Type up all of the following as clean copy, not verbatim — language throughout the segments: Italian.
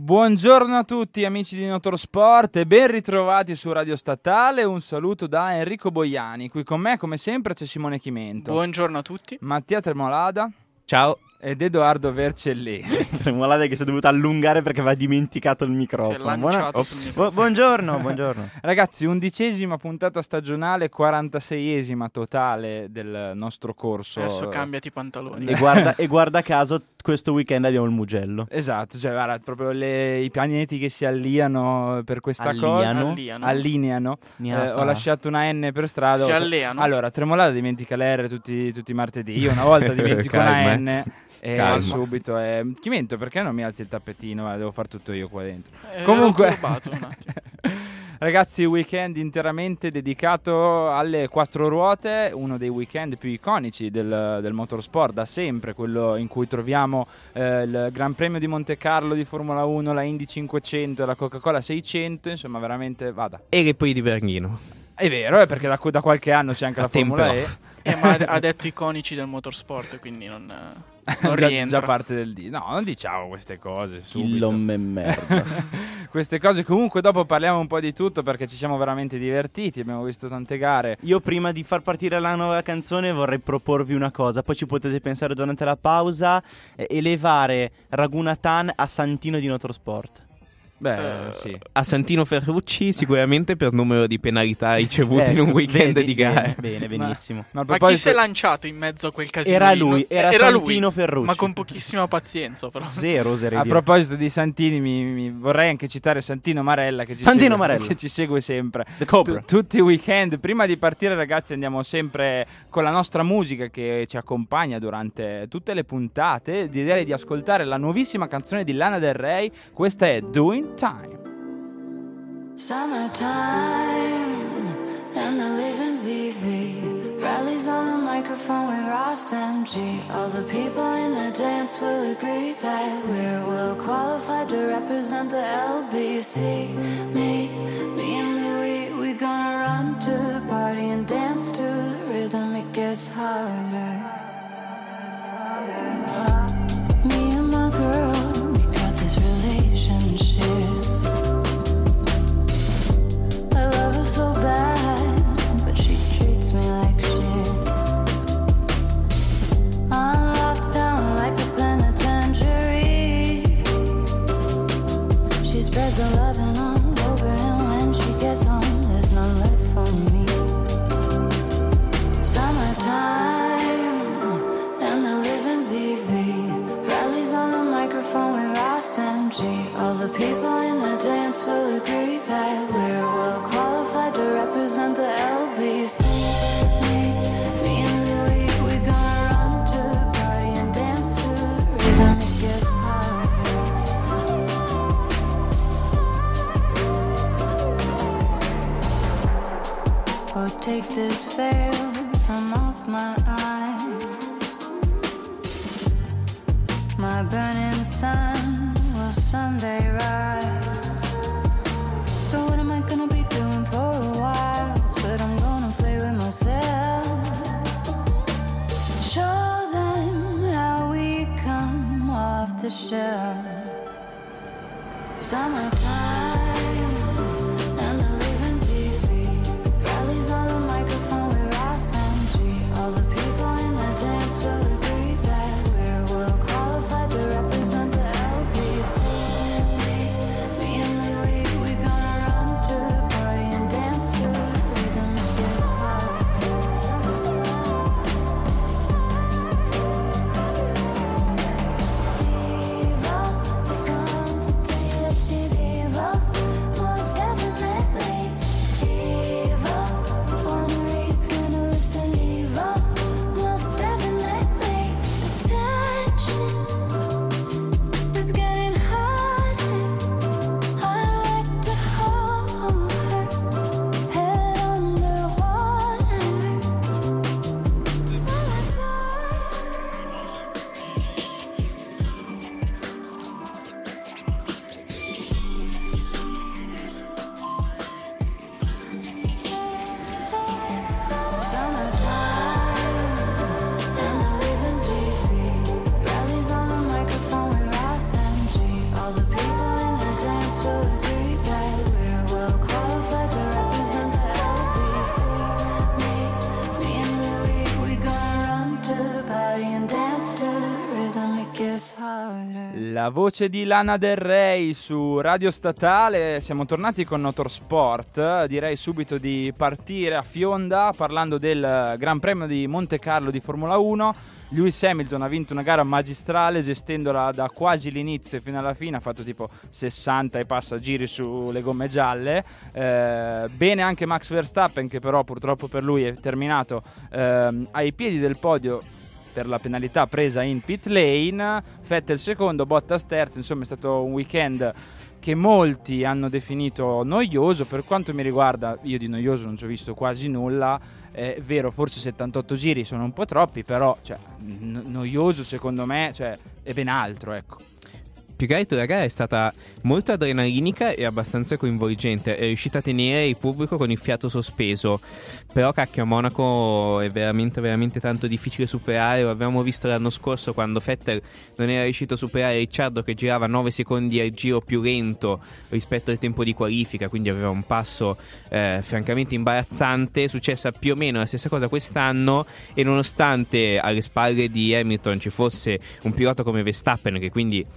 Buongiorno a tutti amici di Motorsport e ben ritrovati su Radio Statale. Un saluto da Enrico Boiani. Qui con me come sempre c'è Simone Chimento. Buongiorno a tutti. Mattia Tremolada. Ciao. Ed Edoardo Vercellesi. Tremolada che si è dovuta allungare perché aveva dimenticato il microfono. Buongiorno. Ragazzi, 11ª puntata stagionale, 46esima totale del nostro corso. Adesso cambiati i pantaloni. E guarda caso questo weekend abbiamo il Mugello. Esatto, cioè guarda, proprio i pianeti che si allineano per questa cosa. Allineano. Ho lasciato una N per strada. Si alleano. Allora, Tremolada dimentica l'R tutti i martedì. Io una volta dimentico una N. E subito Chimento, perché non mi alzi il tappetino? Devo far tutto io qua dentro. Comunque ragazzi, weekend interamente dedicato alle quattro ruote, uno dei weekend più iconici del motorsport da sempre, quello in cui troviamo il Gran Premio di Monte Carlo di Formula 1, la Indy 500 e la Coca-Cola 600, insomma veramente vada. E che poi di Berghino. È vero, perché da qualche anno c'è anche la Formula E. Ma ha detto iconici del motorsport, quindi non rientra. Già parte del No, non diciamo queste cose subito. merda. Queste cose comunque dopo parliamo un po' di tutto, perché ci siamo veramente divertiti, abbiamo visto tante gare. Io prima di far partire la nuova canzone vorrei proporvi una cosa, poi ci potete pensare durante la pausa, elevare Raghunathan a Santino di Motorsport. Beh, sì. A Santino Ferrucci sicuramente per numero di penalità ricevute in un weekend di gare. Bene, benissimo. Ma chi si è lanciato in mezzo a quel casino? Era lui, era Santino lui, Ferrucci. ma con pochissima pazienza però. Zero, oserei dire. A proposito di Santini, mi vorrei anche citare Santino Marella che ci segue sempre. Tutti i weekend. Prima di partire, ragazzi, andiamo sempre con la nostra musica che ci accompagna durante tutte le puntate. Direi di ascoltare la nuovissima canzone di Lana Del Rey. Questa è Doing Time. Summertime and the living's easy. Rallies on the microphone with Ross MG. All the people in the dance will agree that we're well qualified to represent the LBC. Me and Louis, we gonna run to the party and dance to the rhythm. It gets harder. Me and my girl, we got this relationship. So bad, but she treats me like shit. I'm locked down like a penitentiary. She spreads her loving all over, and when she gets home, there's none left for me. Summertime, and the living's easy. Rallies on the microphone with Ross MG. All the people in the dance will agree that we're well qualified to represent the LBC. Me and Louis, we gonna run to the party and dance to the rhythm. It gets harder. Oh, take this veil from off my eyes. My burning sun will someday rise. So what am I gonna be doing for a while? Said I'm gonna play with myself. Show them how we come off the shelf. Summertime. Evil, La voce di Lana Del Rey su Radio Statale. Siamo tornati con Motorsport. Direi subito di partire a fionda parlando del Gran Premio di Monte Carlo di Formula 1. Lewis Hamilton ha vinto una gara magistrale gestendola da quasi l'inizio fino alla fine, ha fatto tipo 60 e passa giri sulle gomme gialle. Bene anche Max Verstappen, che però purtroppo per lui è terminato ai piedi del podio per la penalità presa in pit lane. Vettel secondo, Bottas terzo. Insomma, è stato un weekend che molti hanno definito noioso. Per quanto mi riguarda, io di noioso non ci ho visto quasi nulla. È vero, forse 78 giri sono un po' troppi, però noioso secondo me è ben altro, ecco. Più che altro la gara è stata molto adrenalinica e abbastanza coinvolgente, è riuscita a tenere il pubblico con il fiato sospeso, però cacchio, a Monaco è veramente veramente tanto difficile superare. Lo abbiamo visto l'anno scorso quando Vettel non era riuscito a superare Ricciardo, che girava 9 secondi al giro più lento rispetto al tempo di qualifica, quindi aveva un passo francamente imbarazzante. È successa più o meno la stessa cosa quest'anno, e nonostante alle spalle di Hamilton ci fosse un pilota come Verstappen, che quindi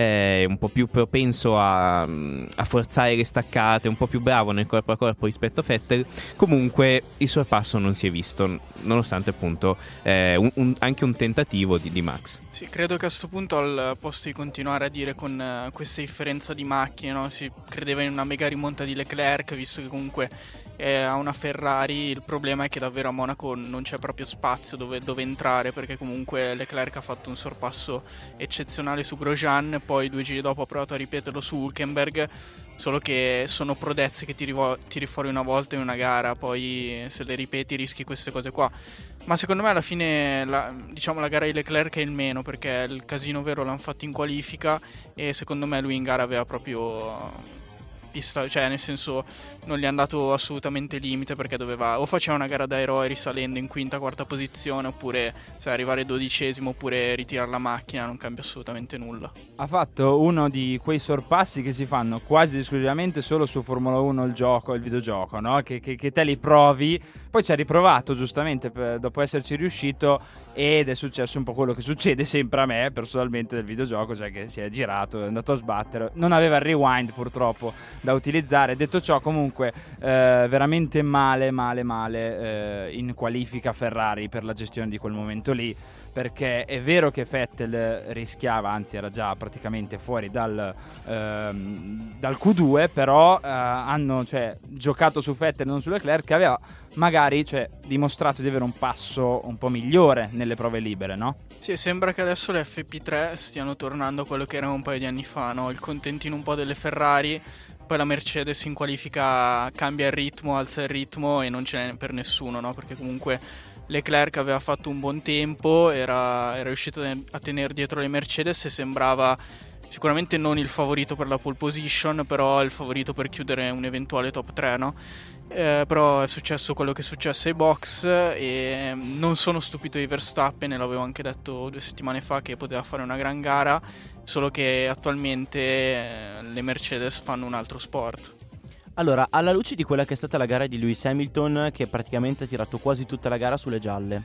un po' più propenso a forzare le staccate, un po' più bravo nel corpo a corpo rispetto a Vettel, comunque il sorpasso non si è visto, nonostante appunto anche un tentativo di Max. Sì, credo che a questo punto, al posto di continuare a dire con questa differenza di macchine, no? Si credeva in una mega rimonta di Leclerc, visto che comunque ha una Ferrari. Il problema è che davvero a Monaco non c'è proprio spazio dove entrare, perché comunque Leclerc ha fatto un sorpasso eccezionale su Grosjean, poi 2 giri dopo ha provato a ripeterlo su Hülkenberg, solo che sono prodezze che tiri fuori una volta in una gara, poi se le ripeti rischi queste cose qua. Ma secondo me alla fine la gara di Leclerc è il meno, perché il casino vero l'hanno fatto in qualifica, e secondo me lui in gara aveva proprio pista, cioè nel senso non gli è andato assolutamente limite, perché doveva o faceva una gara da eroe risalendo in quinta, quarta posizione, oppure arrivare 12esimo, oppure ritirare la macchina. Non cambia assolutamente nulla. Ha fatto uno di quei sorpassi che si fanno quasi esclusivamente solo su Formula 1, il videogioco, no? Che te li provi, poi ci ha riprovato giustamente dopo esserci riuscito, ed è successo un po' quello che succede sempre a me personalmente del videogioco, cioè che si è girato, è andato a sbattere, non aveva il rewind purtroppo da utilizzare. Detto ciò, comunque veramente male in qualifica Ferrari per la gestione di quel momento lì, perché è vero che Vettel rischiava, anzi era già praticamente fuori dal Q2, però hanno giocato su Vettel, non su Leclerc, che aveva magari dimostrato di avere un passo un po' migliore nelle prove libere, no? Sì, sembra che adesso le FP3 stiano tornando a quello che era un paio di anni fa, no? Il contentino un po' delle Ferrari. Poi la Mercedes in qualifica cambia il ritmo, alza il ritmo, e non ce n'è per nessuno, no? Perché comunque Leclerc aveva fatto un buon tempo, era riuscito a tenere dietro le Mercedes, e sembrava sicuramente non il favorito per la pole position, però il favorito per chiudere un eventuale top 3, no? Però è successo quello che è successo ai box, e non sono stupito di Verstappen, e l'avevo anche detto 2 settimane fa che poteva fare una gran gara, solo che attualmente le Mercedes fanno un altro sport. Allora, alla luce di quella che è stata la gara di Lewis Hamilton, che praticamente ha tirato quasi tutta la gara sulle gialle,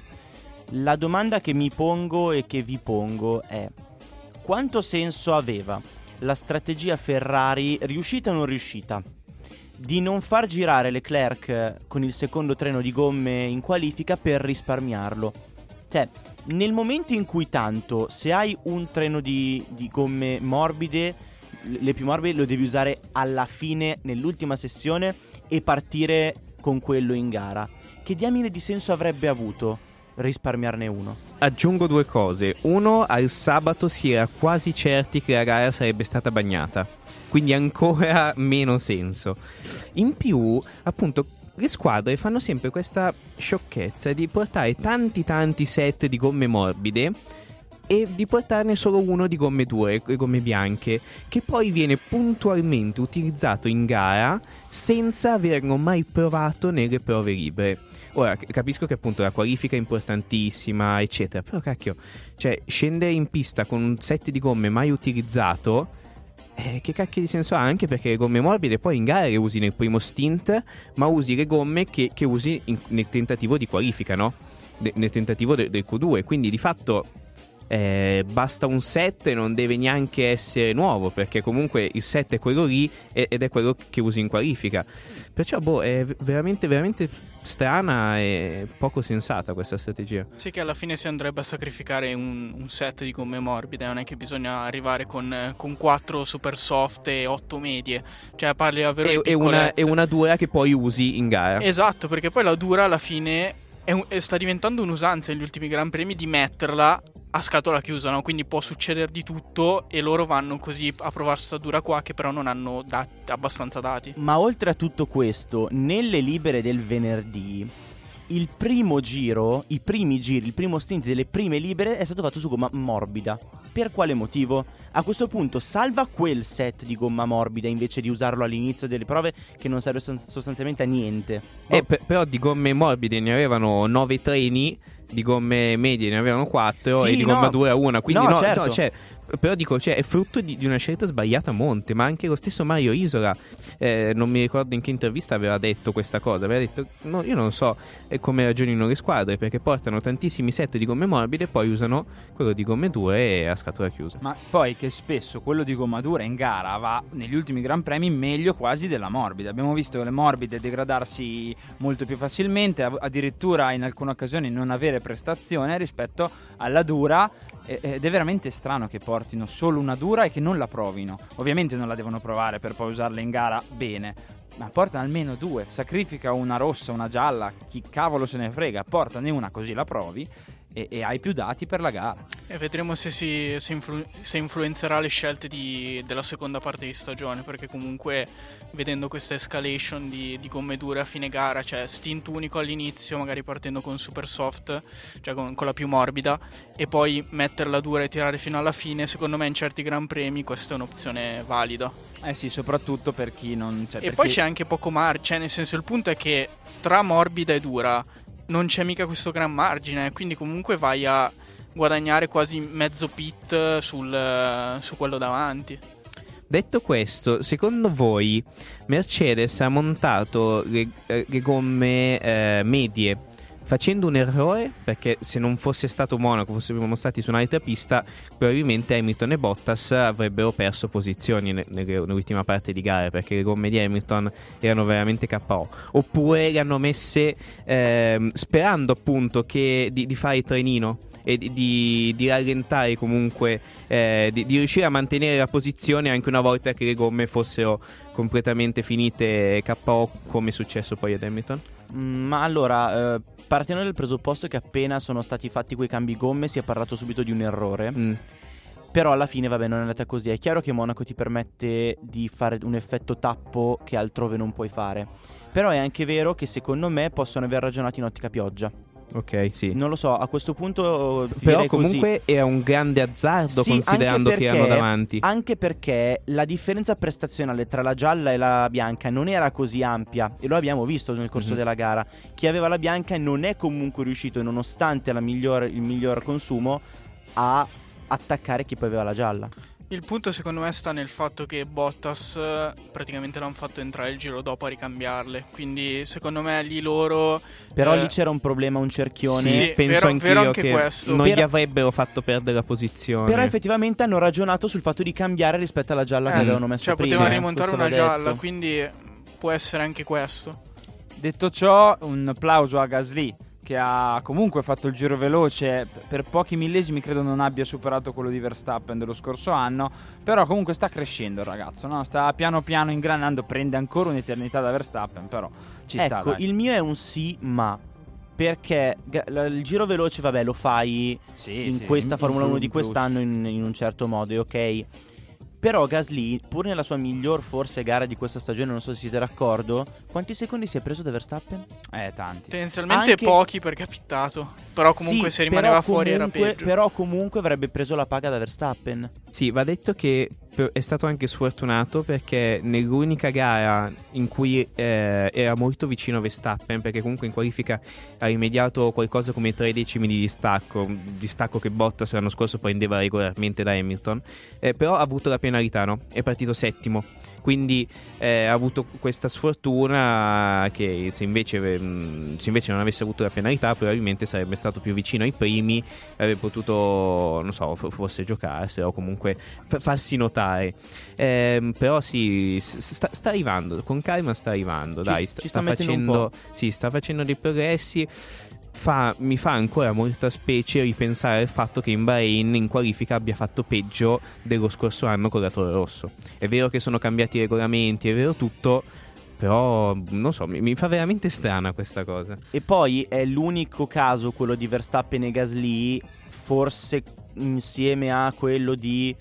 la domanda che mi pongo e che vi pongo è: quanto senso aveva la strategia Ferrari, riuscita o non riuscita, di non far girare Leclerc con il secondo treno di gomme in qualifica per risparmiarlo? Cioè, nel momento in cui tanto, se hai un treno di gomme morbide, le più morbide lo devi usare alla fine, nell'ultima sessione, e partire con quello in gara, che diamine di senso avrebbe avuto risparmiarne uno? Aggiungo 2 cose. Uno, al sabato si era quasi certi che la gara sarebbe stata bagnata, quindi ancora meno senso. In più, appunto, le squadre fanno sempre questa sciocchezza di portare tanti set di gomme morbide e di portarne solo uno di gomme dure, le gomme bianche, che poi viene puntualmente utilizzato in gara senza averlo mai provato nelle prove libere. Ora, capisco che appunto la qualifica è importantissima, eccetera, però cacchio, scendere in pista con un set di gomme mai utilizzato, che cacchio di senso ha? Anche perché le gomme morbide poi in gara le usi nel primo stint, ma usi le gomme che usi nel tentativo di qualifica, no? Nel tentativo del Q2, quindi di fatto basta un set e non deve neanche essere nuovo, perché comunque il set è quello lì ed è quello che usi in qualifica. Perciò è veramente veramente strana e poco sensata questa strategia. Sì, che alla fine si andrebbe a sacrificare un set di gomme morbide, non è che bisogna arrivare con 4 super soft e 8 medie, cioè parli davvero di piccolezze. E una dura che poi usi in gara. Esatto, perché poi la dura alla fine sta diventando un'usanza negli ultimi Gran Premi di metterla a scatola chiusa, no? Quindi può succedere di tutto e loro vanno così a provare sta dura qua, che però non hanno abbastanza dati. Ma oltre a tutto questo, nelle libere del venerdì, il primo giro, il primo stint delle prime libere è stato fatto su gomma morbida. Per quale motivo? A questo punto salva quel set di gomma morbida invece di usarlo all'inizio delle prove, che non serve sostanzialmente a niente. Però di gomme morbide ne avevano 9 treni, di gomme medie ne avevano 4 e di gomma dura 1. Quindi certo. Però dico, è frutto di una scelta sbagliata a monte. Ma anche lo stesso Mario Isola, non mi ricordo in che intervista aveva detto questa cosa. Aveva detto, no, io non so come ragionino le squadre, perché portano tantissimi set di gomme morbide e poi usano quello di gomme dure a scatola chiusa. Ma poi che spesso quello di gomma dura in gara va negli ultimi Gran Premi meglio quasi della morbida. Abbiamo visto le morbide degradarsi molto più facilmente, addirittura in alcune occasioni non avere prestazione rispetto alla dura, ed è veramente strano che portino solo una dura e che non la provino. Ovviamente non la devono provare per poi usarla in gara bene, ma portano almeno 2. Sacrifica una rossa, una gialla, chi cavolo se ne frega, portane una così la provi e hai più dati per la gara. E vedremo se influenzerà le scelte della seconda parte di stagione, perché comunque vedendo questa escalation di gomme dure a fine gara, cioè stint unico all'inizio, magari partendo con super soft, cioè con la più morbida, e poi metterla dura e tirare fino alla fine, secondo me in certi Gran Premi questa è un'opzione valida. Sì, soprattutto per chi non c'è. E poi c'è anche poco margine, cioè nel senso, il punto è che tra morbida e dura non c'è mica questo gran margine, quindi comunque vai a guadagnare quasi mezzo pit su quello davanti. Detto questo, secondo voi Mercedes ha montato le gomme medie facendo un errore? Perché se non fosse stato Monaco, fossimo stati su un'altra pista, probabilmente Hamilton e Bottas avrebbero perso posizioni nell'ultima parte di gara, perché le gomme di Hamilton erano veramente KO. Oppure le hanno messe sperando appunto di fare il trenino e di rallentare comunque, di riuscire a mantenere la posizione anche una volta che le gomme fossero completamente finite KO, come è successo poi ad Hamilton? Ma allora, partendo dal presupposto che appena sono stati fatti quei cambi gomme si è parlato subito di un errore. Però alla fine vabbè, non è andata così. È chiaro che Monaco ti permette di fare un effetto tappo che altrove non puoi fare. Però è anche vero che secondo me possono aver ragionato in ottica pioggia. Ok, sì. Non lo so, a questo punto però comunque così. È un grande azzardo, sì, considerando perché, che hanno davanti. Anche perché la differenza prestazionale tra la gialla e la bianca non era così ampia, e lo abbiamo visto nel corso della gara. Chi aveva la bianca non è comunque riuscito, nonostante il miglior consumo, a attaccare chi poi aveva la gialla. Il punto secondo me sta nel fatto che Bottas praticamente l'hanno fatto entrare il giro dopo a ricambiarle, quindi secondo me lì loro... Però lì c'era un problema, un cerchione. Sì, penso anch'io che questo. Non gli avrebbero fatto perdere la posizione. Però effettivamente hanno ragionato sul fatto di cambiare rispetto alla gialla che avevano messo prima. Potevano rimontare una gialla, quindi può essere anche questo. Detto ciò, un applauso a Gasly, che ha comunque fatto il giro veloce, per pochi millesimi credo non abbia superato quello di Verstappen dello scorso anno, però comunque sta crescendo il ragazzo, no? Sta piano piano ingranando, prende ancora un'eternità da Verstappen, però ci sta. Ecco, il mio è un sì, ma perché il giro veloce vabbè lo fai in questa Formula 1 di quest'anno in un certo modo, ok? Però Gasly, pur nella sua miglior forse gara di questa stagione, non so se siete d'accordo, quanti secondi si è preso da Verstappen? Tanti. Tendenzialmente pochi, perché ha pittato. Però comunque se rimaneva fuori era peggio. Però comunque avrebbe preso la paga da Verstappen. Sì, va detto che è stato anche sfortunato, perché nell'unica gara in cui era molto vicino a Verstappen, perché comunque in qualifica ha rimediato qualcosa come 3 decimi di distacco che Bottas l'anno scorso prendeva regolarmente da Hamilton, però ha avuto la penalità, no? È partito settimo quindi ha avuto questa sfortuna che se invece non avesse avuto la penalità probabilmente sarebbe stato più vicino ai primi, avrebbe potuto, non so, forse giocarsela o comunque farsi notare. Però sì, sta arrivando, con calma sta arrivando, dai, sta facendo dei progressi. Mi fa ancora molta specie ripensare al fatto che in Bahrain in qualifica abbia fatto peggio dello scorso anno con la Toro Rosso. È vero che sono cambiati i regolamenti, è vero tutto, però non so, mi fa veramente strana questa cosa. E poi è l'unico caso, quello di Verstappen e Gasly, forse insieme a quello di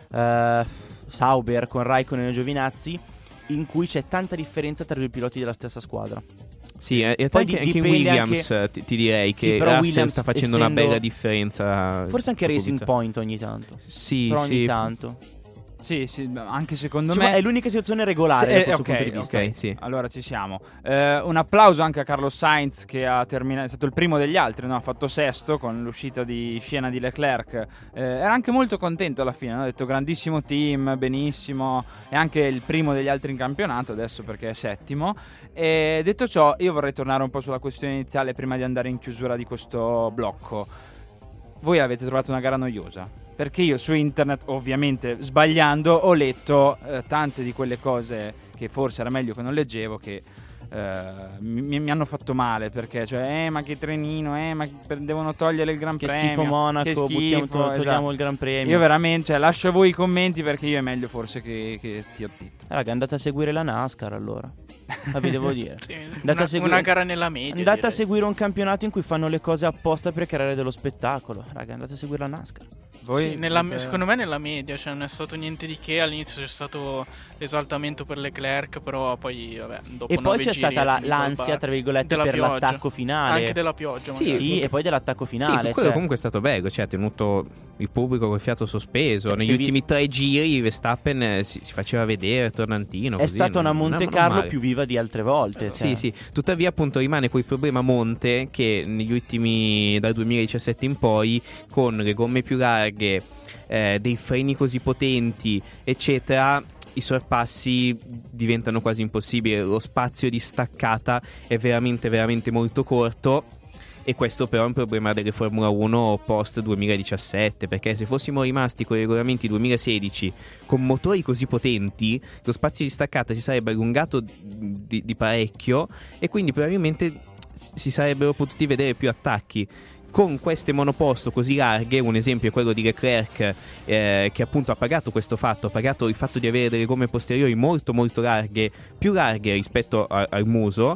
Sauber con Raikkonen e Giovinazzi, in cui c'è tanta differenza tra i due piloti della stessa squadra. Sì, e poi anche in Williams ti direi che Russell sta facendo una bella differenza. Forse anche Racing Point ogni tanto. Sì, però ogni tanto. Sì, anche secondo me è l'unica situazione regolare da questo punto di vista. Ok, sì. Allora ci siamo. Un applauso anche a Carlos Sainz che è stato il primo degli altri, no? Ha fatto sesto con l'uscita di scena di Leclerc. Era anche molto contento alla fine, no? Ha detto grandissimo team, benissimo, è anche il primo degli altri in campionato adesso perché è settimo. E detto ciò, io vorrei tornare un po' sulla questione iniziale prima di andare in chiusura di questo blocco. Voi avete trovato una gara noiosa? Perché io su internet, ovviamente sbagliando, ho letto tante di quelle cose che forse era meglio che non leggevo, che mi hanno fatto male, perché cioè ma che trenino, ma devono togliere il Gran Premio, che schifo Monaco, che schifo, togliamo il Gran Premio. Io veramente, cioè, lascio a voi i commenti, perché io è meglio forse che stia zitto. Raga, andate a seguire la NASCAR allora. Vi devo dire. Sì, una gara nella media. Andate a seguire un campionato in cui fanno le cose apposta per creare dello spettacolo. Raga, andate a seguire la NASCAR. Voi secondo me nella media, cioè non è stato niente di che. All'inizio c'è stato l'esaltamento per Leclerc, però poi vabbè, dopo e poi c'è stata l'ansia tra virgolette per pioggia. L'attacco finale. Anche della pioggia. Sì, e poi dell'attacco finale. Sì, quello comunque è stato bello, cioè ha tenuto il pubblico col fiato sospeso. Negli ultimi 3 giri Verstappen si faceva vedere tornantino. È stata una Monte Carlo più viva di altre volte. Sì, sì. Tuttavia appunto rimane quel problema monte che negli ultimi, dal 2017 in poi, con le gomme più larghe, dei freni così potenti eccetera, i sorpassi diventano quasi impossibili. Lo spazio di staccata è veramente veramente molto corto, e questo però è un problema delle Formula 1 post 2017, perché se fossimo rimasti con i regolamenti 2016 con motori così potenti, lo spazio di staccata si sarebbe allungato di parecchio, e quindi probabilmente si sarebbero potuti vedere più attacchi. Con queste monoposto così larghe, un esempio è quello di Leclerc, che appunto ha pagato questo fatto, ha pagato il fatto di avere delle gomme posteriori molto molto larghe, più larghe rispetto al muso,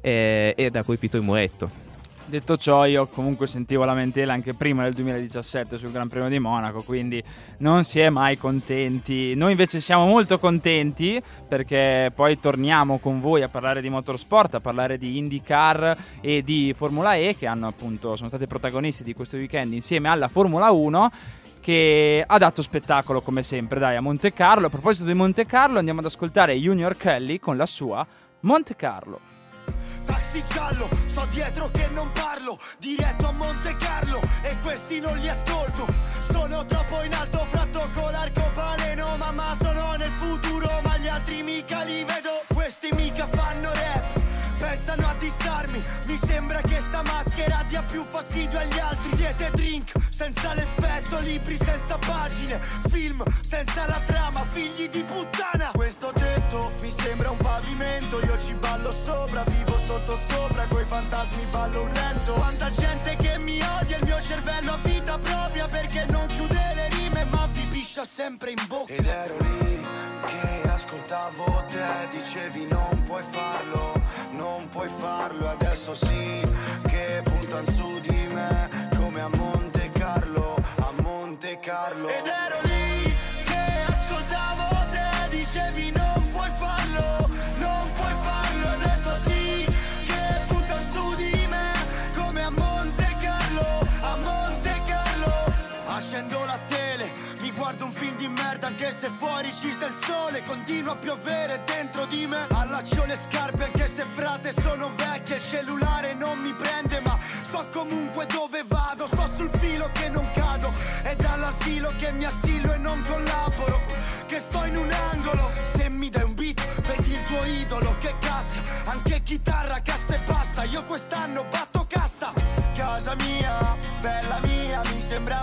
ed ha colpito il muretto. Detto ciò, io comunque sentivo lamentela anche prima del 2017 sul Gran Premio di Monaco, quindi non si è mai contenti. Noi invece siamo molto contenti, perché poi torniamo con voi a parlare di motorsport, a parlare di IndyCar e di Formula E, che sono state protagonisti di questo weekend insieme alla Formula 1, che ha dato spettacolo come sempre, dai, a Monte Carlo. A proposito di Monte Carlo, andiamo ad ascoltare Junior Kelly con la sua Monte Carlo. Taxi giallo, sto dietro che non parlo, diretto a Monte Carlo, e questi non li ascolto. Sono troppo in alto, fratto con l'arcobaleno, mamma sono nel futuro, ma gli altri mica li vedo. Questi mica fanno rap, pensano a dissarmi, mi sembra che sta maschera dia più fastidio agli altri. Siete drink senza l'effetto, libri senza pagine, film senza la trama, figli di puttana. Questo tetto mi sembra un pavimento, io ci ballo sopra, vivo sotto sopra, coi fantasmi ballo un lento. Quanta gente che mi odia, il mio cervello ha vita propria, perché non chiude le rime ma vi piscia sempre in bocca. Ed ero lì che ascoltavo te, dicevi non puoi farlo, non puoi farlo, e adesso sì che puntano su di me, come a Monte Carlo, a Monte Carlo. Ed ero lì che ascoltavo te, dicevi non puoi farlo, non puoi farlo, e adesso sì che puntano su di me, come a Monte Carlo, a Monte Carlo. Accendo la tele, mi guardo un film di merda, anche se fuori ci sta il sole, continua a piovere dentro di me. Allaccio le scarpe anche se frate sono vecchie, il cellulare non mi prende, ma sto comunque dove vado, sto sul filo che non cado, è dall'asilo che mi assillo e non collaboro, che sto in un angolo. Se mi dai un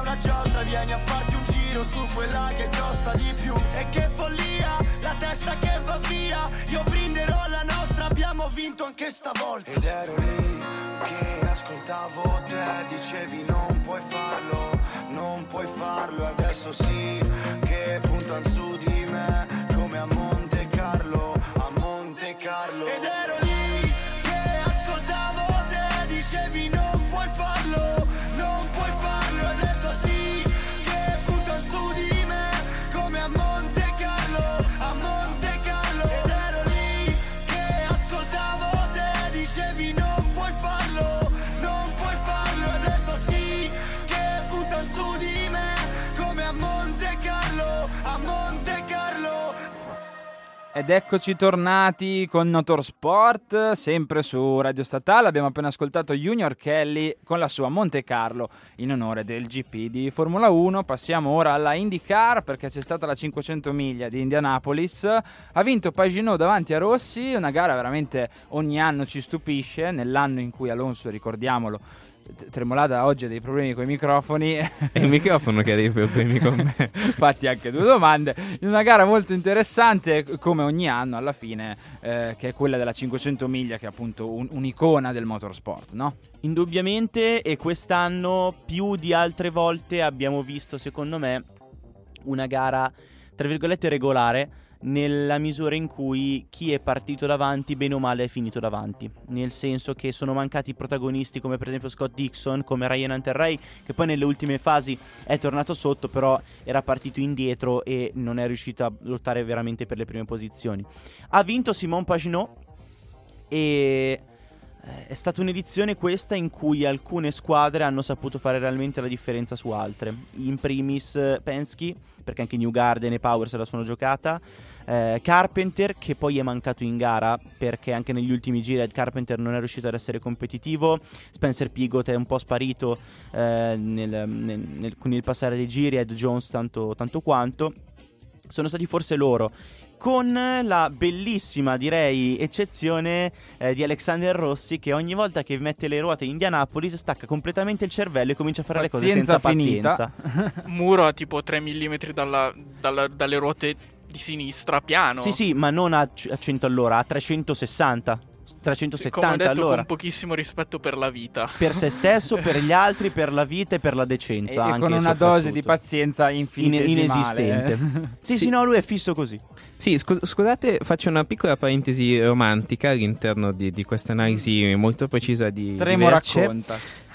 la giostra, vieni a farti un giro su quella che costa di più. E che follia, la testa che va via, io brinderò la nostra, abbiamo vinto anche stavolta. Ed ero lì che ascoltavo te, dicevi non puoi farlo, non puoi farlo, e adesso sì che puntano su di me come a Monte Carlo, a Monte Carlo. Ed ero lì che ascoltavo te, dicevi non puoi farlo, non puoi farlo, e adesso sì che puntano su di me come a Monte Carlo, a Monte Carlo. Ed ero lì che ascoltavo te, dicevi non puoi farlo, non puoi farlo, e adesso sì che puntano su di me come a Monte Carlo, a Monte Carlo. Ed eccoci tornati con Motorsport, sempre su Radio Statale. Abbiamo appena ascoltato Junior Kelly con la sua Monte Carlo in onore del GP di Formula 1. Passiamo ora alla IndyCar, perché c'è stata la 500 miglia di Indianapolis. Ha vinto Pagenaud davanti a Rossi, una gara veramente ogni anno ci stupisce. Nell'anno in cui Alonso, ricordiamolo, Tremolada oggi ha dei problemi con i microfoni. È il microfono che ha dei problemi con me. Infatti anche due domande. In una gara molto interessante, come ogni anno alla fine, che è quella della 500 miglia, che è appunto un'icona del motorsport, no? Indubbiamente, e quest'anno più di altre volte abbiamo visto, secondo me, una gara tra virgolette regolare, nella misura in cui chi è partito davanti bene o male è finito davanti, nel senso che sono mancati protagonisti come per esempio Scott Dixon, come Ryan Hunter-Reay, che poi nelle ultime fasi è tornato sotto, però era partito indietro e non è riuscito a lottare veramente per le prime posizioni. Ha vinto Simon Pagenaud e è stata un'edizione questa in cui alcune squadre hanno saputo fare realmente la differenza su altre, in primis Penske, perché anche Newgarden e Power se la sono giocata, Carpenter, che poi è mancato in gara perché anche negli ultimi giri Ed Carpenter non è riuscito ad essere competitivo, Spencer Pigot è un po' sparito con il passare dei giri, Ed Jones tanto quanto. Sono stati forse loro, con la bellissima, direi, eccezione di Alexander Rossi, che ogni volta che mette le ruote in Indianapolis stacca completamente il cervello e comincia a fare le cose senza pazienza. Muro a tipo 3 mm dalle ruote di sinistra, piano. Sì, ma non a 100 all'ora, a 360. 370 come ho detto, all'ora. con pochissimo rispetto per la vita, per se stesso, per gli altri, per la vita e per la decenza, e anche con una dose di pazienza inesistente. Sì, no, lui è fisso così. Sì, scusate, faccio una piccola parentesi romantica all'interno di questa analisi molto precisa di Tremo Verce. racconta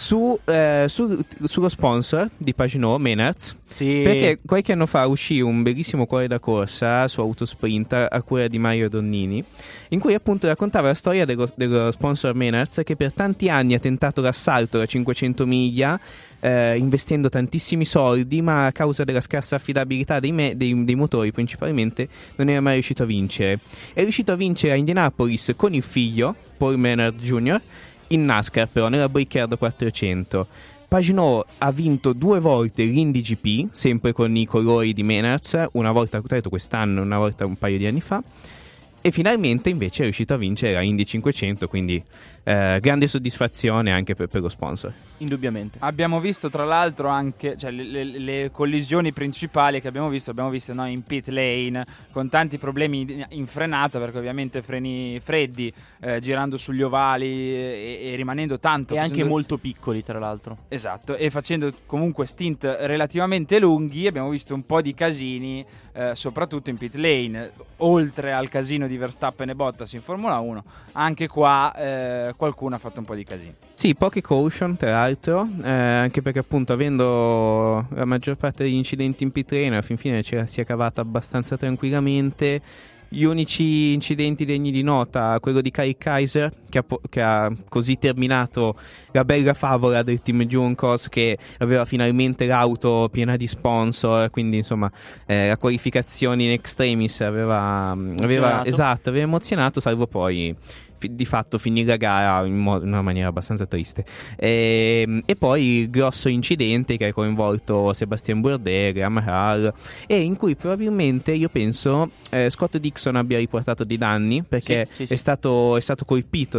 sullo sponsor di Pagenaud, Menards, sì. Perché qualche anno fa uscì un bellissimo cuore da corsa su Autosprint a cura di Mario Donnini, in cui appunto raccontava la storia dello sponsor Menards, che per tanti anni ha tentato l'assalto da 500 miglia, investendo tantissimi soldi, ma a causa della scarsa affidabilità dei motori principalmente non era mai riuscito a vincere. È riuscito a vincere a Indianapolis con il figlio Paul Menard Jr. in NASCAR, però nella Brickyard 400. Pagenaud ha vinto 2 volte l'Indy GP, sempre con i colori di Menards, una volta tra l'altro quest'anno, una volta un paio di anni fa, e finalmente invece è riuscito a vincere la Indy 500, quindi grande soddisfazione anche per lo sponsor. Indubbiamente. Abbiamo visto tra l'altro anche, cioè, le collisioni principali che abbiamo visto noi in pit lane, con tanti problemi in frenata, perché ovviamente freni freddi, girando sugli ovali e rimanendo tanto, e anche molto piccoli tra l'altro. Esatto, e facendo comunque stint relativamente lunghi. Abbiamo visto un po' di casini, soprattutto in pit lane, oltre al casino di Verstappen e Bottas in Formula 1. Anche qua qualcuno ha fatto un po' di casini. Sì, poche caution tra l'altro, anche perché appunto avendo la maggior parte degli incidenti in pit lane, alla fin fine si è cavata abbastanza tranquillamente. Gli unici incidenti degni di nota, quello di Kyle Kaiser, che ha così terminato la bella favola del team Juncos, che aveva finalmente l'auto piena di sponsor, quindi insomma la qualificazione in extremis aveva emozionato, salvo poi di fatto finì la gara in una maniera abbastanza triste, e poi il grosso incidente che ha coinvolto Sébastien Bourdais, Graham Rahal, e in cui probabilmente io penso Scott Dixon abbia riportato dei danni, perché sì. È stato colpito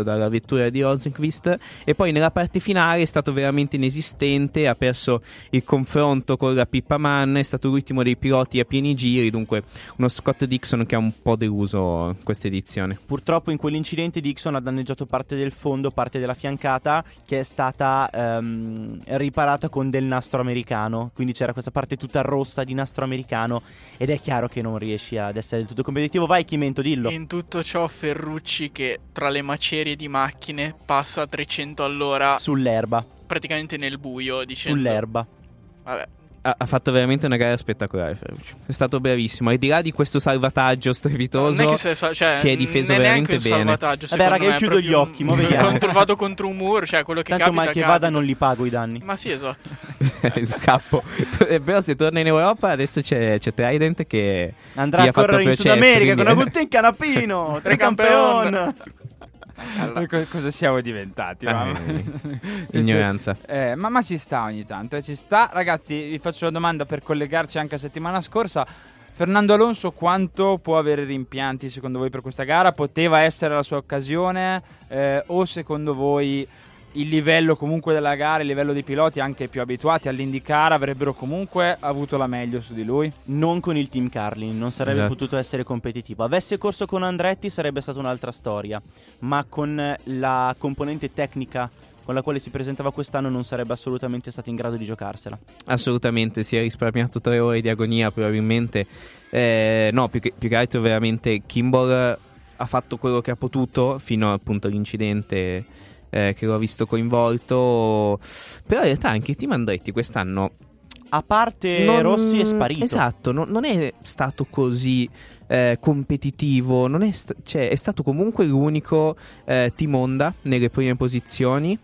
dalla vettura di Rosenqvist, e poi nella parte finale è stato veramente inesistente, ha perso il confronto con la Pippa Mann, è stato l'ultimo dei piloti a pieni giri, dunque uno Scott Dixon che ha un po' deluso questa edizione. Purtroppo in quell'incidente Dixon ha danneggiato parte del fondo, parte della fiancata, che è stata riparata con del nastro americano, quindi c'era questa parte tutta rossa di nastro americano ed è chiaro che non riesci ad essere del tutto competitivo. Vai Chimento, dillo. In tutto ciò Ferrucci, che tra le macerie di macchine passa a 300 all'ora Sull'erba. praticamente nel buio, dicendo Sull'erba. vabbè, Ha fatto veramente una gara spettacolare Ferrucci. È stato bravissimo. Al di là di questo salvataggio strepitoso, non è che si è difeso veramente bene. Vabbè raga, io chiudo gli occhi, mo vediamo. Vado contro un muro, cioè quello che Tanto capita mal che capita. vada non li pago i danni. Ma sì, esatto. Scappo. Però se torna in Europa adesso c'è Trident che Andrà gli a ha fatto correre in processo, Sud America quindi- con Agustin in canapino. Tricampeon. Cosa siamo diventati? mamma? Ignoranza. Ma ci sta ogni tanto, ci sta. Ragazzi, vi faccio una domanda per collegarci anche a settimana scorsa. Fernando Alonso quanto può avere rimpianti secondo voi per questa gara? Poteva essere la sua occasione o secondo voi il livello comunque della gara, il livello dei piloti anche più abituati all'IndyCar avrebbero comunque avuto la meglio su di lui? Non con il team Carlin, non sarebbe Esatto. potuto essere competitivo. Avesse corso con Andretti sarebbe stata un'altra storia, ma con la componente tecnica con la quale si presentava quest'anno non sarebbe assolutamente stato in grado di giocarsela. Assolutamente, si è risparmiato 3 ore di agonia probabilmente. No, più che altro veramente Kimball ha fatto quello che ha potuto fino appunto all'incidente che l'ho visto coinvolto. Però in realtà anche il team Andretti quest'anno, A parte Rossi, è sparito. Esatto, non è stato così competitivo, non è, cioè, è stato comunque l'unico team Honda nelle prime posizioni.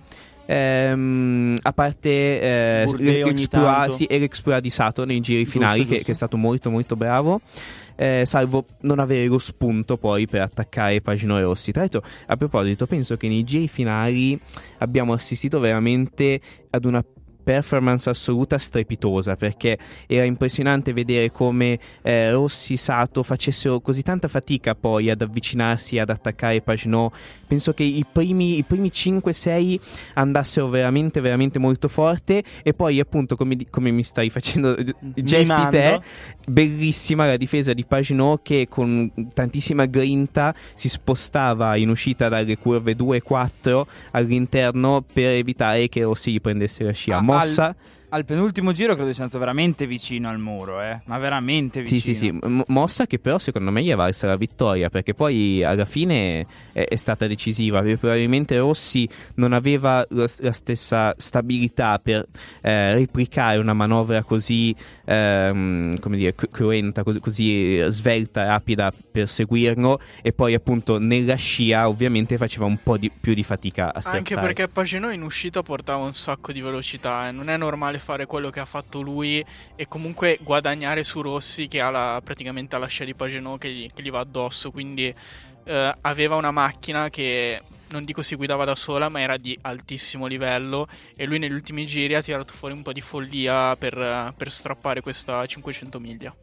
A parte Bourdais ogni tanto. l'Explora di Sato nei giri Giusto, finali, giusto. che è stato molto molto bravo, salvo non avere lo spunto poi per attaccare Pagenaud e Rossi. Tra l'altro, a proposito, penso che nei giri finali abbiamo assistito veramente ad una performance assoluta strepitosa, perché era impressionante vedere come Rossi e Sato facessero così tanta fatica poi ad avvicinarsi, ad attaccare Pagenaud. Penso che i primi 5-6 andassero veramente veramente molto forte, e poi appunto come mi stai facendo gesti te, bellissima la difesa di Pagenaud che con tantissima grinta si spostava in uscita dalle curve 2 e 4 all'interno per evitare che Rossi gli prendesse la scia. Mossa Al penultimo giro credo sia andato veramente vicino al muro, ma veramente vicino. Sì. Mossa che però secondo me gli è valsa la vittoria, perché poi alla fine è stata decisiva. Probabilmente Rossi non aveva la stessa stabilità per replicare una manovra così come dire, cruenta, così svelta, rapida per seguirlo, e poi appunto nella scia ovviamente faceva un po' più di fatica a sterzare. Anche perché Pagenaud in uscita portava un sacco di velocità, non è normale fare quello che ha fatto lui e comunque guadagnare su Rossi che ha praticamente la scia di Pagenaud che gli va addosso, quindi aveva una macchina che non dico si guidava da sola, ma era di altissimo livello, e lui negli ultimi giri ha tirato fuori un po' di follia per strappare questa 500 miglia.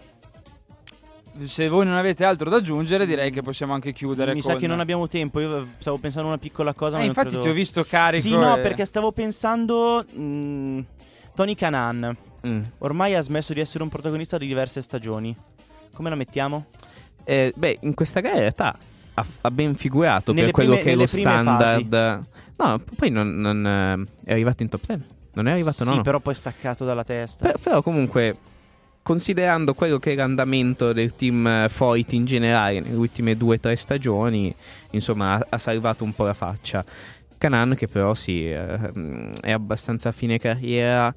Se voi non avete altro da aggiungere, direi che possiamo anche chiudere. Mi sa che non abbiamo tempo. Io stavo pensando a una piccola cosa, ma non infatti credo... ti ho visto carico. Sì, no, perché stavo pensando Tony Kanaan ormai ha smesso di essere un protagonista di diverse stagioni. Come la mettiamo? In questa gara in realtà ha ben figurato Nelle per quello prime- che è lo nelle prime standard. No, poi non è arrivato in top 10. Non è arrivato, Sì, no. però poi è staccato dalla testa. Però comunque, considerando quello che è l'andamento del team Foyt in generale nelle ultime 2-3 stagioni, insomma ha salvato un po' la faccia. Kanaan che però sì, è abbastanza a fine carriera,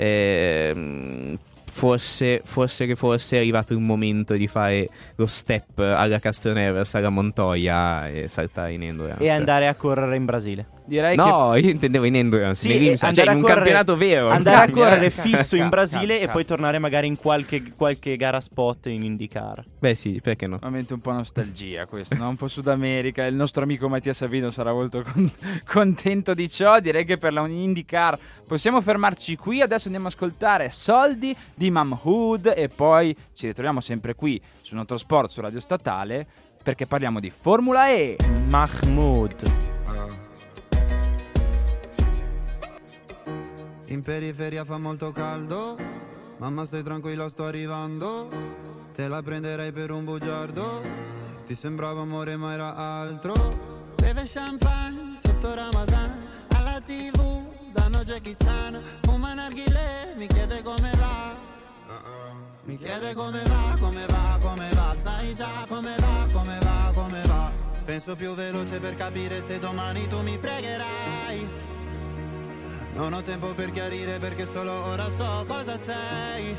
forse è arrivato il momento di fare lo step alla Castroneves, alla Montoya, e saltare in endurance E andare a correre in Brasile. Direi no, io intendevo in endurance, Sì, in IMSA, andare cioè a in un correre- campionato vero. Andare a correre fisso in Brasile Calma. e poi tornare magari in qualche gara spot in IndyCar. Beh sì, perché no? Momento un po' nostalgia questo, no? Un po' Sud America. Il nostro amico Mattia Savino sarà molto contento di ciò. Direi che per la IndyCar possiamo fermarci qui. Adesso andiamo ad ascoltare Soldi di Mahmood e poi ci ritroviamo sempre qui su Notosport, su Radio Statale, perché parliamo di Formula E. Mahmood. In periferia fa molto caldo, mamma stai tranquilla sto arrivando, te la prenderei per un bugiardo, ti sembrava amore ma era altro. Beve champagne sotto Ramadan, alla TV danno Jackie Chan, fuma narghilè, mi chiede come va, mi chiede come va, come va, come va, sai già come va, come va, come va. Penso più veloce per capire se domani tu mi fregherai. Non ho tempo per chiarire perché solo ora so cosa sei.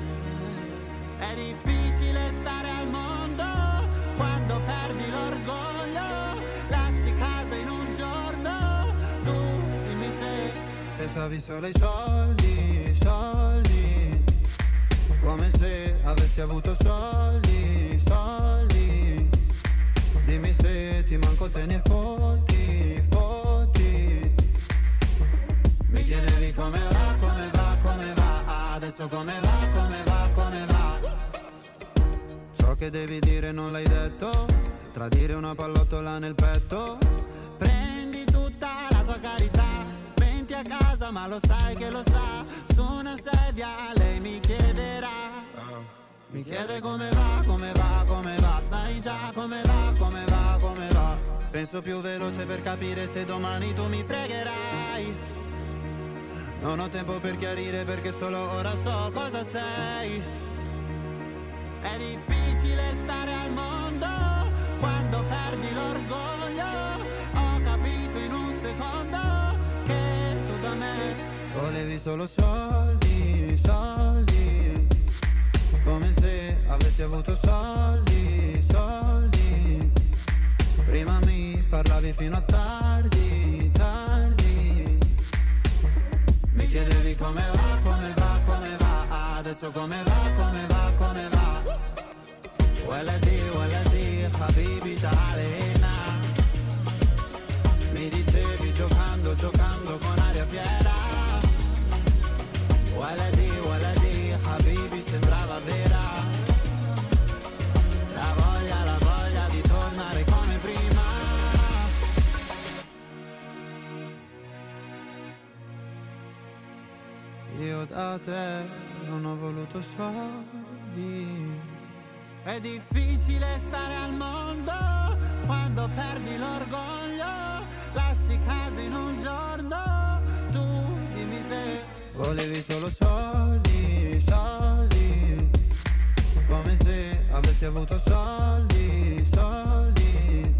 È difficile stare al mondo quando perdi l'orgoglio, lasci casa in un giorno, tu dimmi se pensavi solo ai soldi, soldi, come se avessi avuto soldi, soldi, dimmi se ti manco te ne fotti, fotti. Mi chiedevi come va, come va, come va, adesso come va, come va, come va. Ciò che devi dire non l'hai detto, tradire una pallottola nel petto. Prendi tutta la tua carità, menti a casa ma lo sai che lo sa. Su una sedia lei mi chiederà, mi chiede come va, come va, come va. Sai già come va, come va, come va. Penso più veloce per capire se domani tu mi fregherai. Non ho tempo per chiarire perché solo ora so cosa sei. È difficile stare al mondo quando perdi l'orgoglio. Ho capito in un secondo che tu da me volevi solo soldi, soldi, come se avessi avuto soldi, soldi. Prima mi parlavi fino a tardi, tardi. Mi chiedevi come va, come va, come va, adesso come va, come va, come va. Waladi, habibi ta'alena. Mi dicevi giocando, giocando con aria fiera. Waladi, habibi sembrava vera. La voglia di tornare come prima. Io da te non ho voluto soldi. È difficile stare al mondo quando perdi l'orgoglio, lasci casa in un giorno, tu dimmi se volevi solo soldi, soldi, come se avessi avuto soldi, soldi.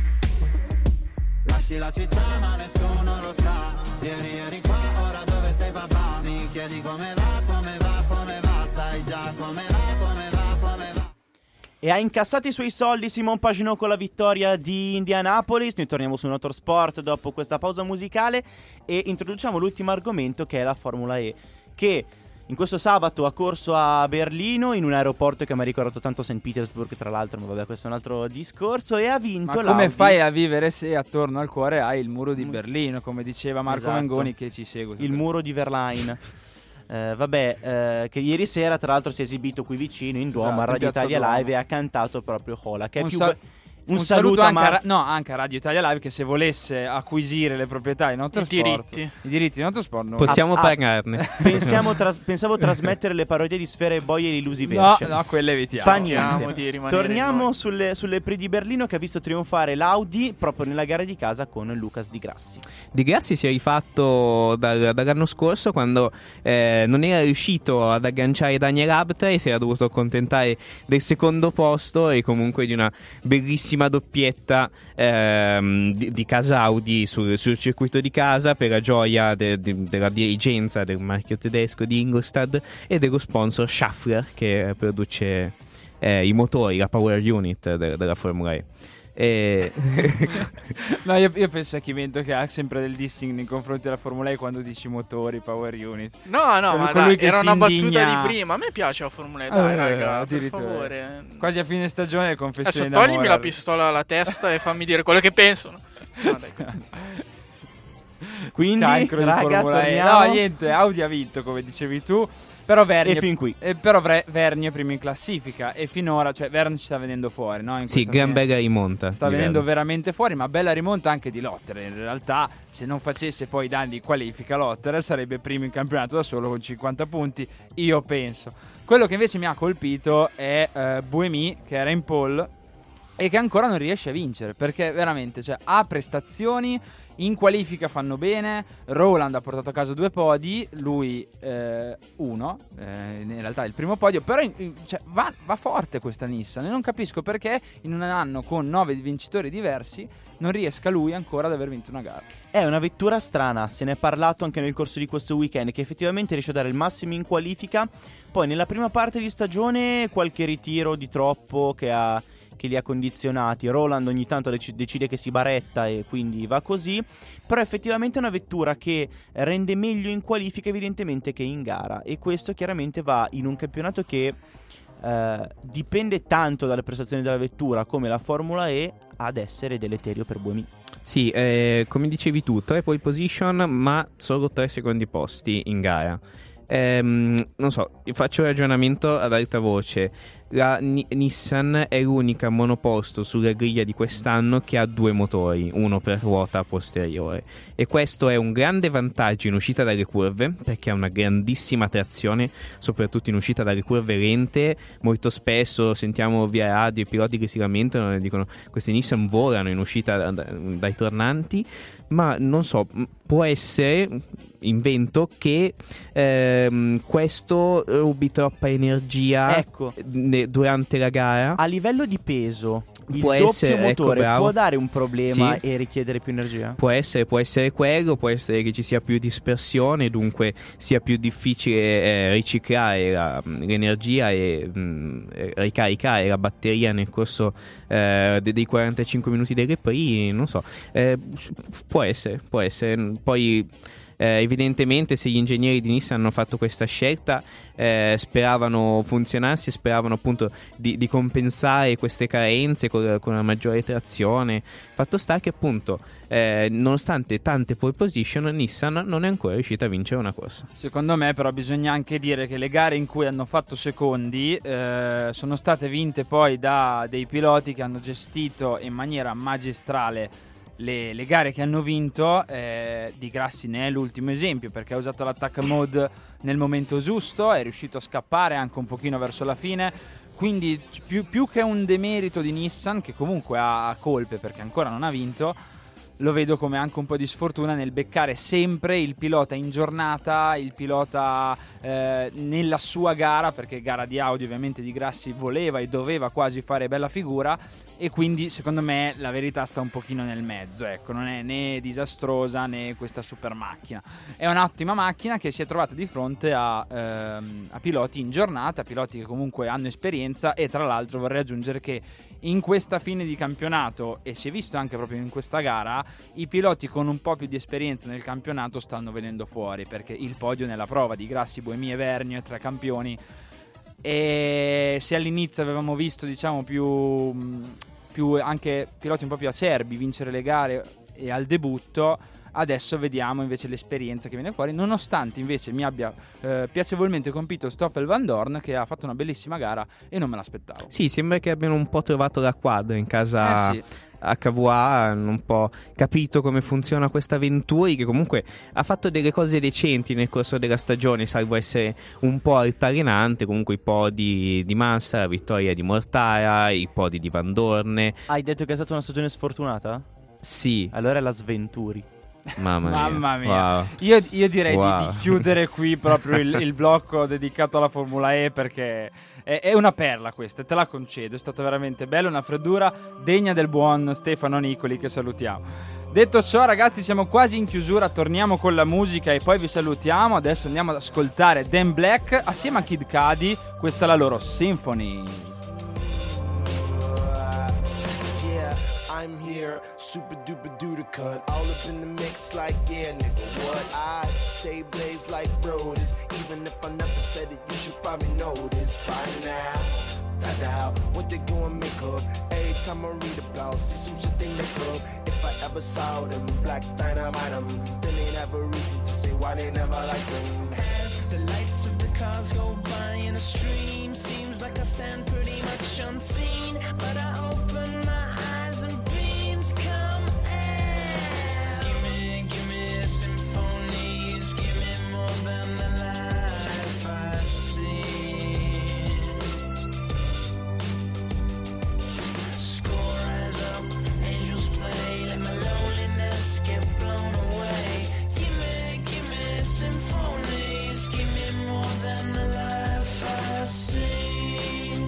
Lasci la città ma nessuno lo sa, ieri eri qua, ora dove sei papà? Mi chiedi come va, come va, come va, sai già come va, come va, come va. E ha incassato i suoi soldi Simon Pagenaud con la vittoria di Indianapolis. Noi torniamo su Motorsport dopo questa pausa musicale e introduciamo l'ultimo argomento, che è la Formula E, che in questo sabato ha corso a Berlino, in un aeroporto che mi ha ricordato tanto St. Petersburg, tra l'altro, ma vabbè, questo è un altro discorso, e ha vinto l'Audi. Ma come fai a vivere se attorno al cuore hai il muro di Berlino, come diceva Marco Mengoni, che ci segue? Il muro di Verlaine. Che ieri sera tra l'altro si è esibito qui vicino in Duomo, a Radio Italia Duomo. Live, e ha cantato proprio Hola, che è un saluto anche anche a Radio Italia Live, che se volesse acquisire le proprietà di Motorsport, i diritti di Motorsport, possiamo parlarne. Pensavo trasmettere le parodie di Sfera e Boia e Illusi Verce. No, quelle evitiamo. Fa niente. Torniamo sulle Prix di Berlino, che ha visto trionfare l'Audi proprio nella gara di casa con Lucas Di Grassi. Di Grassi si è rifatto dall'anno scorso, quando non era riuscito ad agganciare Daniel Abt e si era dovuto accontentare del secondo posto e comunque di una bellissima doppietta di casa Audi sul circuito di casa, per la gioia della dirigenza del marchio tedesco di Ingolstadt e dello sponsor Schaeffler, che produce i motori, la power unit della Formula E. No, io penso a Chimento, che ha sempre del dissing nei confronti della Formula E quando dici motori, power unit. No, ma dai, era una battuta di prima. A me piace la Formula E, dai, raga, per favore. Quasi a fine stagione, confessione d'amore. Adesso toglimi la pistola alla testa e fammi dire quello che penso. No, dai. Quindi, raga, torniamo. No, niente, Audi ha vinto, come dicevi tu. Però Vergne, e fin qui. Però Vergne è primo in classifica. E finora, cioè, Vergne ci sta venendo fuori, no? Sì, gran bella rimonta. Sta venendo veramente fuori, ma bella rimonta anche di Lotterer. In realtà, se non facesse poi i danni di qualifica, Lotterer sarebbe primo in campionato da solo con 50 punti, io penso. Quello che invece mi ha colpito è Buemi, che era in pole e che ancora non riesce a vincere, perché veramente, cioè, ha prestazioni, in qualifica fanno bene. Rowland ha portato a casa 2 podi, lui uno, in realtà è il primo podio, però cioè, va forte questa Nissan, e non capisco perché in un anno con 9 vincitori diversi non riesca lui ancora ad aver vinto una gara. È una vettura strana, se ne è parlato anche nel corso di questo weekend, che effettivamente riesce a dare il massimo in qualifica, poi nella prima parte di stagione qualche ritiro di troppo che li ha condizionati. Roland ogni tanto decide che si baretta e quindi va così, però effettivamente è una vettura che rende meglio in qualifica evidentemente che in gara, e questo chiaramente va in un campionato che dipende tanto dalle prestazioni della vettura, come la Formula E, ad essere deleterio per Buemi. Sì, come dicevi tu, 3 pole position ma solo 3 secondi posti in gara. Non so, faccio un ragionamento ad alta voce. La Nissan è l'unica monoposto sulla griglia di quest'anno che ha 2 motori, uno per ruota posteriore, e questo è un grande vantaggio in uscita dalle curve, perché ha una grandissima trazione, soprattutto in uscita dalle curve lente. Molto spesso sentiamo via radio i piloti che si lamentano e dicono queste Nissan volano in uscita dai tornanti, ma non so, può essere, invento, che questo rubi troppa energia, ecco, durante la gara. A livello di peso il può doppio essere, motore può dare un problema, sì, e richiedere più energia? Può essere quello, può essere che ci sia più dispersione, dunque sia più difficile riciclare l'energia e ricaricare la batteria nel corso dei 45 minuti del replay, non so, può essere. Poi evidentemente, se gli ingegneri di Nissan hanno fatto questa scelta, speravano funzionasse, speravano appunto di compensare queste carenze con una maggiore trazione. Fatto sta che appunto nonostante tante pole position, Nissan non è ancora riuscita a vincere una corsa. Secondo me però bisogna anche dire che le gare in cui hanno fatto secondi sono state vinte poi da dei piloti che hanno gestito in maniera magistrale le gare che hanno vinto. Di Grassi ne è l'ultimo esempio, perché ha usato l'attack mode nel momento giusto, è riuscito a scappare anche un pochino verso la fine, quindi più che un demerito di Nissan, che comunque ha colpe perché ancora non ha vinto, lo vedo come anche un po' di sfortuna nel beccare sempre il pilota in giornata, il pilota nella sua gara, perché gara di Audi ovviamente di Grassi voleva e doveva quasi fare bella figura, e quindi secondo me la verità sta un pochino nel mezzo, ecco, non è né disastrosa né questa super macchina, è un'ottima macchina che si è trovata di fronte a piloti in giornata, piloti che comunque hanno esperienza, e tra l'altro vorrei aggiungere che in questa fine di campionato, e si è visto anche proprio in questa gara, i piloti con un po' più di esperienza nel campionato stanno venendo fuori, perché il podio nella prova di Grassi, Buemi e Vergne, 3 campioni, e se all'inizio avevamo visto diciamo più anche piloti un po' più acerbi vincere le gare e al debutto, adesso vediamo invece l'esperienza che viene fuori, nonostante invece mi abbia piacevolmente colpito Stoffel Vandoorne, che ha fatto una bellissima gara e non me l'aspettavo. Sì, sembra che abbiano un po' trovato la quadra in casa. Sì. HVA, hanno un po' capito come funziona questa Venturi, che comunque ha fatto delle cose decenti nel corso della stagione, salvo essere un po' altalenante. Comunque i podi di Massa, la vittoria di Mortara, i podi di Vandoorne. Hai detto che è stata una stagione sfortunata? Sì. Allora è la Sventuri. Mamma mia. Wow. Io direi di chiudere qui proprio il blocco dedicato alla Formula E, perché è una perla questa, te la concedo, è stata veramente bella, una freddura degna del buon Stefano Nicoli, che salutiamo. Detto ciò, ragazzi, siamo quasi in chiusura, torniamo con la musica e poi vi salutiamo. Adesso andiamo ad ascoltare Dan Black assieme a Kid Cudi, questa è la loro Symphony. I'm here, super duper duper cut, all up in the mix like yeah nigga what, I stay blazed like Brodus, even if I never said it you should probably know this by now, tied out. What they doing makeup? Every time I read about, see some shit they make up. If I ever saw them, black dynamite them, then they'd have a reason to say why they never liked them. As the lights of the cars go by in a stream, seems like I stand pretty much unseen, but I open my eyes and beams come out. Give me symphonies, give me more than the life I've seen. Score rise up, angels play, let my loneliness get blown away. Give me symphonies, give me more than the life I've seen.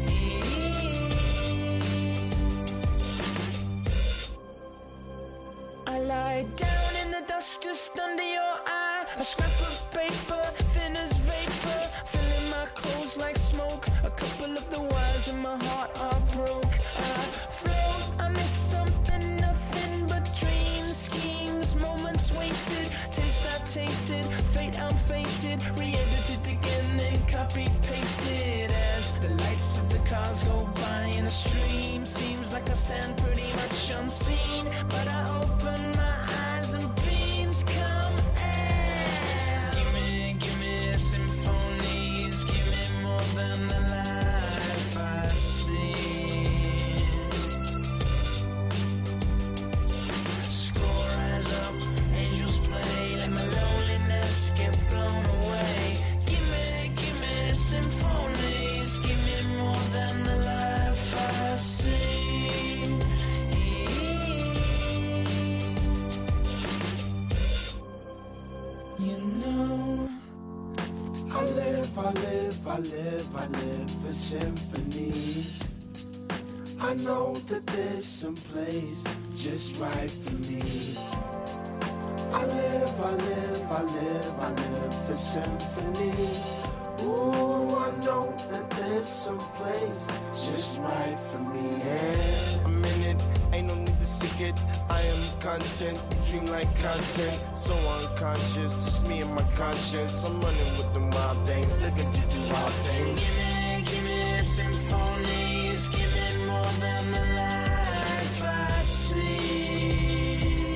I lie down in the dust just under your eye. A scrap of paper, thin as vapor, filling my clothes like smoke. A couple of the wires in my heart are broke. I float, I miss something, nothing but dreams, schemes, moments wasted. Taste I tasted, fate I'm fated. Re-edited again, then copy pasted. As the lights of the cars go by in a stream, seems like I stand pretty much unseen, but I open my eyes and beams come out. Give me symphonies, give me more than the life I've seen. Score rise up, angels play, let my loneliness get blown away. Give me symphonies, give me more than the life I've seen. You know, I live for symphonies. I know that there's some place just right for me. I live for symphonies. Ooh, I know that there's some place just right for me. Yeah, I'm in it, ain't no need to seek it. I am content, dream like content. So unconscious, just me and my conscience. I'm running with the wild things, looking to do wild things. Give me symphonies, give me more than the life I see.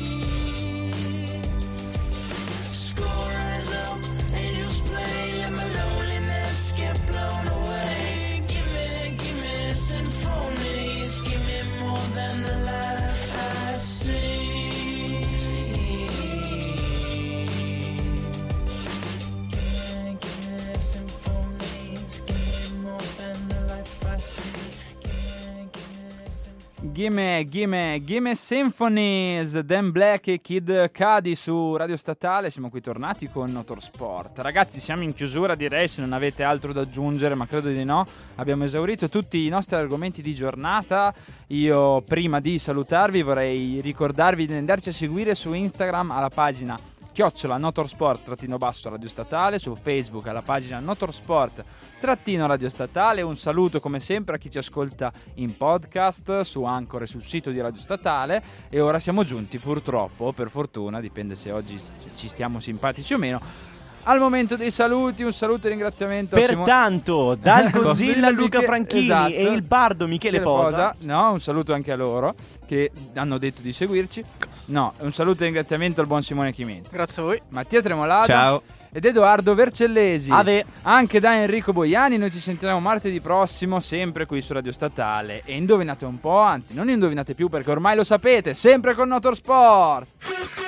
Score rise up, angels play, let my loneliness get blown away. Give me symphonies, give me more than the life I see. Give me symphonies, give me more than the life I see. Gimme Symphonies, Dan Black e Kid Cudi su Radio Statale. Siamo qui tornati con Motorsport. Ragazzi, siamo in chiusura, direi, se non avete altro da aggiungere, ma credo di no. Abbiamo esaurito tutti i nostri argomenti di giornata. Io, prima di salutarvi, vorrei ricordarvi di andarci a seguire su Instagram alla pagina @Notorsport_Radio Statale, su Facebook alla pagina Notorsport_Radio Statale. Un saluto come sempre a chi ci ascolta in podcast, su Anchor e sul sito di Radio Statale. E ora siamo giunti, purtroppo, per fortuna, dipende se oggi ci stiamo simpatici o meno, al momento dei saluti. Un saluto e ringraziamento pertanto dal Godzilla Luca Franchini, esatto, e il bardo Michele Posa. No, un saluto anche a loro che hanno detto di seguirci. No, un saluto e ringraziamento al buon Simone Chimento. Grazie a voi. Mattia Tremolada. Ciao. Ed Edoardo Vercellesi. Ave. Anche da Enrico Boiani. Noi ci sentiremo martedì prossimo, sempre qui su Radio Statale. E indovinate un po', anzi non indovinate più perché ormai lo sapete, sempre con Motorsport.